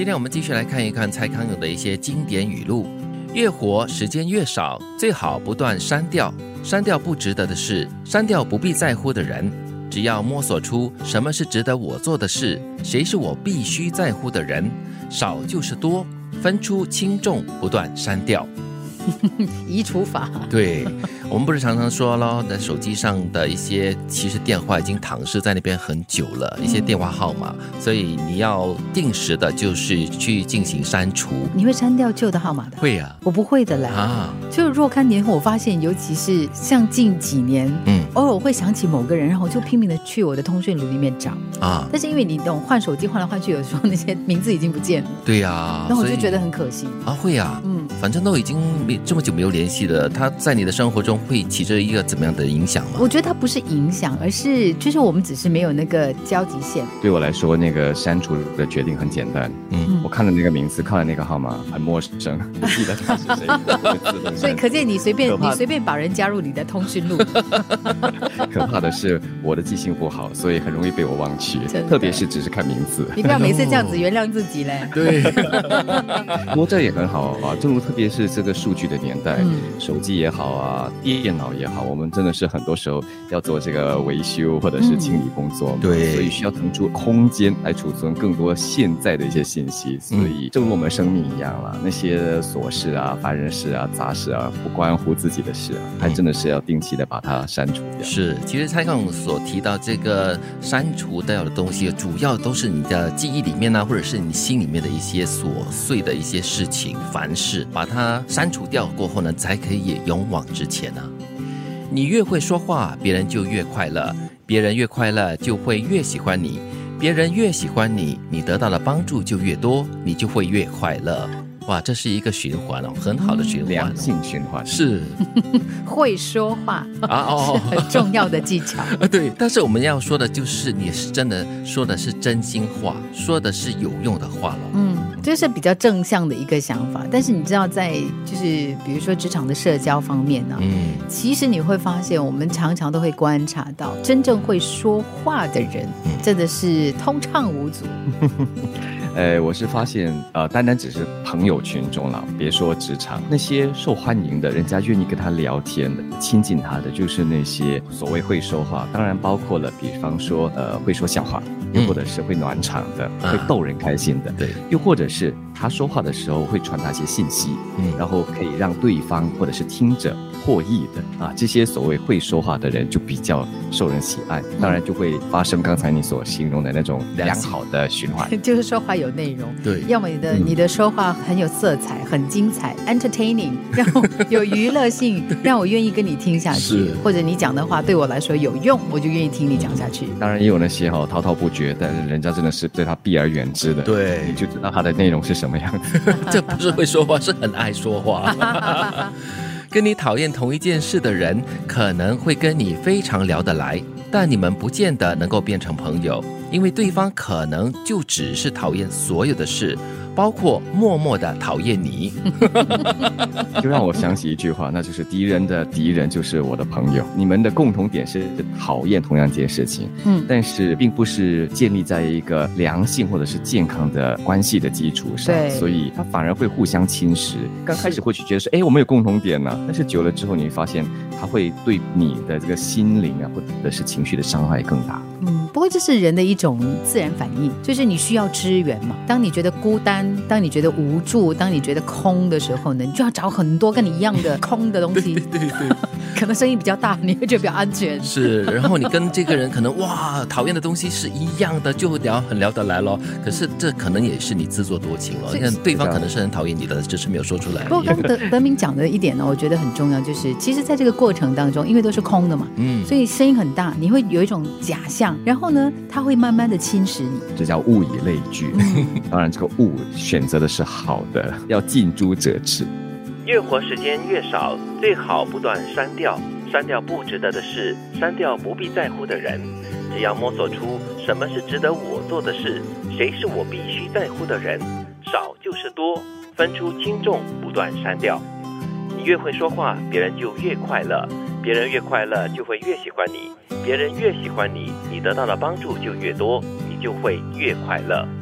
今天我们继续来看一看蔡康永的一些经典语录。越活时间越少，最好不断删掉，删掉不值得的事，删掉不必在乎的人。只要摸索出什么是值得我做的事，谁是我必须在乎的人，少就是多，分出轻重，不断删掉。 移除法。 对，我们不是常常说咯，在手机上的一些其实电话已经躺尸在那边很久了，一些电话号码，所以你要定时的就是去进行删除。 你会删掉旧的号码的？ 会啊， 我不会的嘞。就若干年后我发现，尤其是像近几年，偶尔我会想起某个人，然后我就拼命的去我的通讯录里面找啊。但是因为你懂换手机换来换去，有时候那些名字已经不见了。 对呀， 然后我就觉得很可惜啊。会啊，反正都已经这么久没有联系了，他在你的生活中会起着一个怎么样的影响吗？ 我觉得它不是影响，而是就是我们只是没有那个交集线。 对我来说，那个删除的决定很简单。我看了那个名字，看了那个号码，很陌生，不记得他是谁。 所以可见你随便把人加入你的通讯录。 可怕的是我的记性不好，所以很容易被我忘记，特别是只是看名字。 你不要每次这样子原谅自己嘞。 对， 不过这也很好啊，正如特别是这个数据的年代，手机也好啊，电脑也好，我们真的是很多时候要做这个维修或者是清理工作， 对， 所以需要腾出空间来储存更多现在的一些信息。所以正如我们生命一样啦，那些琐事啊、烦人事啊、杂事啊，不关乎自己的事啊，还真的是要定期的把它删除掉。 是，其实蔡康永所提到这个删除掉的东西，主要都是你的记忆里面呢，或者是你心里面的一些琐碎的一些事情、烦事，把它删除掉过后呢，才可以勇往直前啊。你越会说话，别人就越快乐，别人越快乐就会越喜欢你，别人越喜欢你，你得到的帮助就越多，你就会越快乐。哇，这是一个循环哦，很好的循环， 良性循环。 是会说话是很重要的技巧。 对，但是我们要说的就是你是真的说的是真心话，说的是有用的话了。 这是比较正向的一个想法。但是你知道在就是比如说职场的社交方面呢，其实你会发现我们常常都会观察到真正会说话的人真的是通畅无阻。 我是发现单单只是朋友群中了，别说职场，那些受欢迎的人家愿意跟他聊天的、亲近他的，就是那些所谓会说话，当然包括了比方说会说笑话，又或者是会暖场的，会逗人开心的， 对， 又或者是他说话的时候会传达一些信息，然后可以让对方或者是听者获益的啊，这些所谓会说话的人就比较受人喜爱，当然就会发生刚才你所形容的那种良好的循环。 就是说话有内容， 对， 要么你的说话很有色彩，很精彩 entertaining， 然后有娱乐性，让我愿意跟你听下去，或者你讲的话对我来说有用，我就愿意听你讲下去。 当然也有那些滔滔不绝，但是人家真的是对他避而远之的， 对， 你就知道他的内容是什么样子。 这不是会说话，是很爱说话。跟你讨厌同一件事的人，可能会跟你非常聊得来，但你们不见得能够变成朋友，因为对方可能就只是讨厌所有的事，包括默默的讨厌你。 就让我想起一句话，那就是敌人的敌人就是我的朋友。你们的共同点是讨厌同样一件事情，但是并不是建立在一个良性或者是健康的关系的基础上，所以它反而会互相侵蚀。刚开始或许觉得说我们有共同点啊，但是久了之后你会发现它会对你的这个心灵啊或者是情绪的伤害更大。 不过这是人的一种自然反应，就是你需要支援嘛。当你觉得孤单，当你觉得无助，当你觉得空的时候呢，你就要找很多跟你一样的空的东西。对，可能声音比较大，你会觉得比较安全。是， 然后你跟这个人可能讨厌的东西是一样的，就很聊得来咯。可是这可能也是你自作多情了，因为对方可能是很讨厌你的，只是没有说出来。不过刚德明讲的一点呢，我觉得很重要，就是其实在这个过程当中，因为都是空的嘛，所以声音很大，你会有一种假象，然后呢，它会慢慢的侵蚀你。 这叫物以类聚。当然，这个物选择的是好的，要近朱者赤。 越活时间越少，最好不断删掉，删掉不值得的事，删掉不必在乎的人。只要摸索出什么是值得我做的事，谁是我必须在乎的人，少就是多，分出轻重，不断删掉。你越会说话，别人就越快乐，别人越快乐就会越喜欢你，别人越喜欢你，你得到的帮助就越多，你就会越快乐。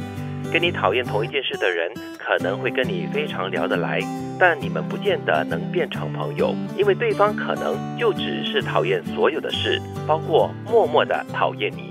跟你讨厌同一件事的人可能会跟你非常聊得来，但你们不见得能变成朋友，因为对方可能就只是讨厌所有的事，包括默默的讨厌你。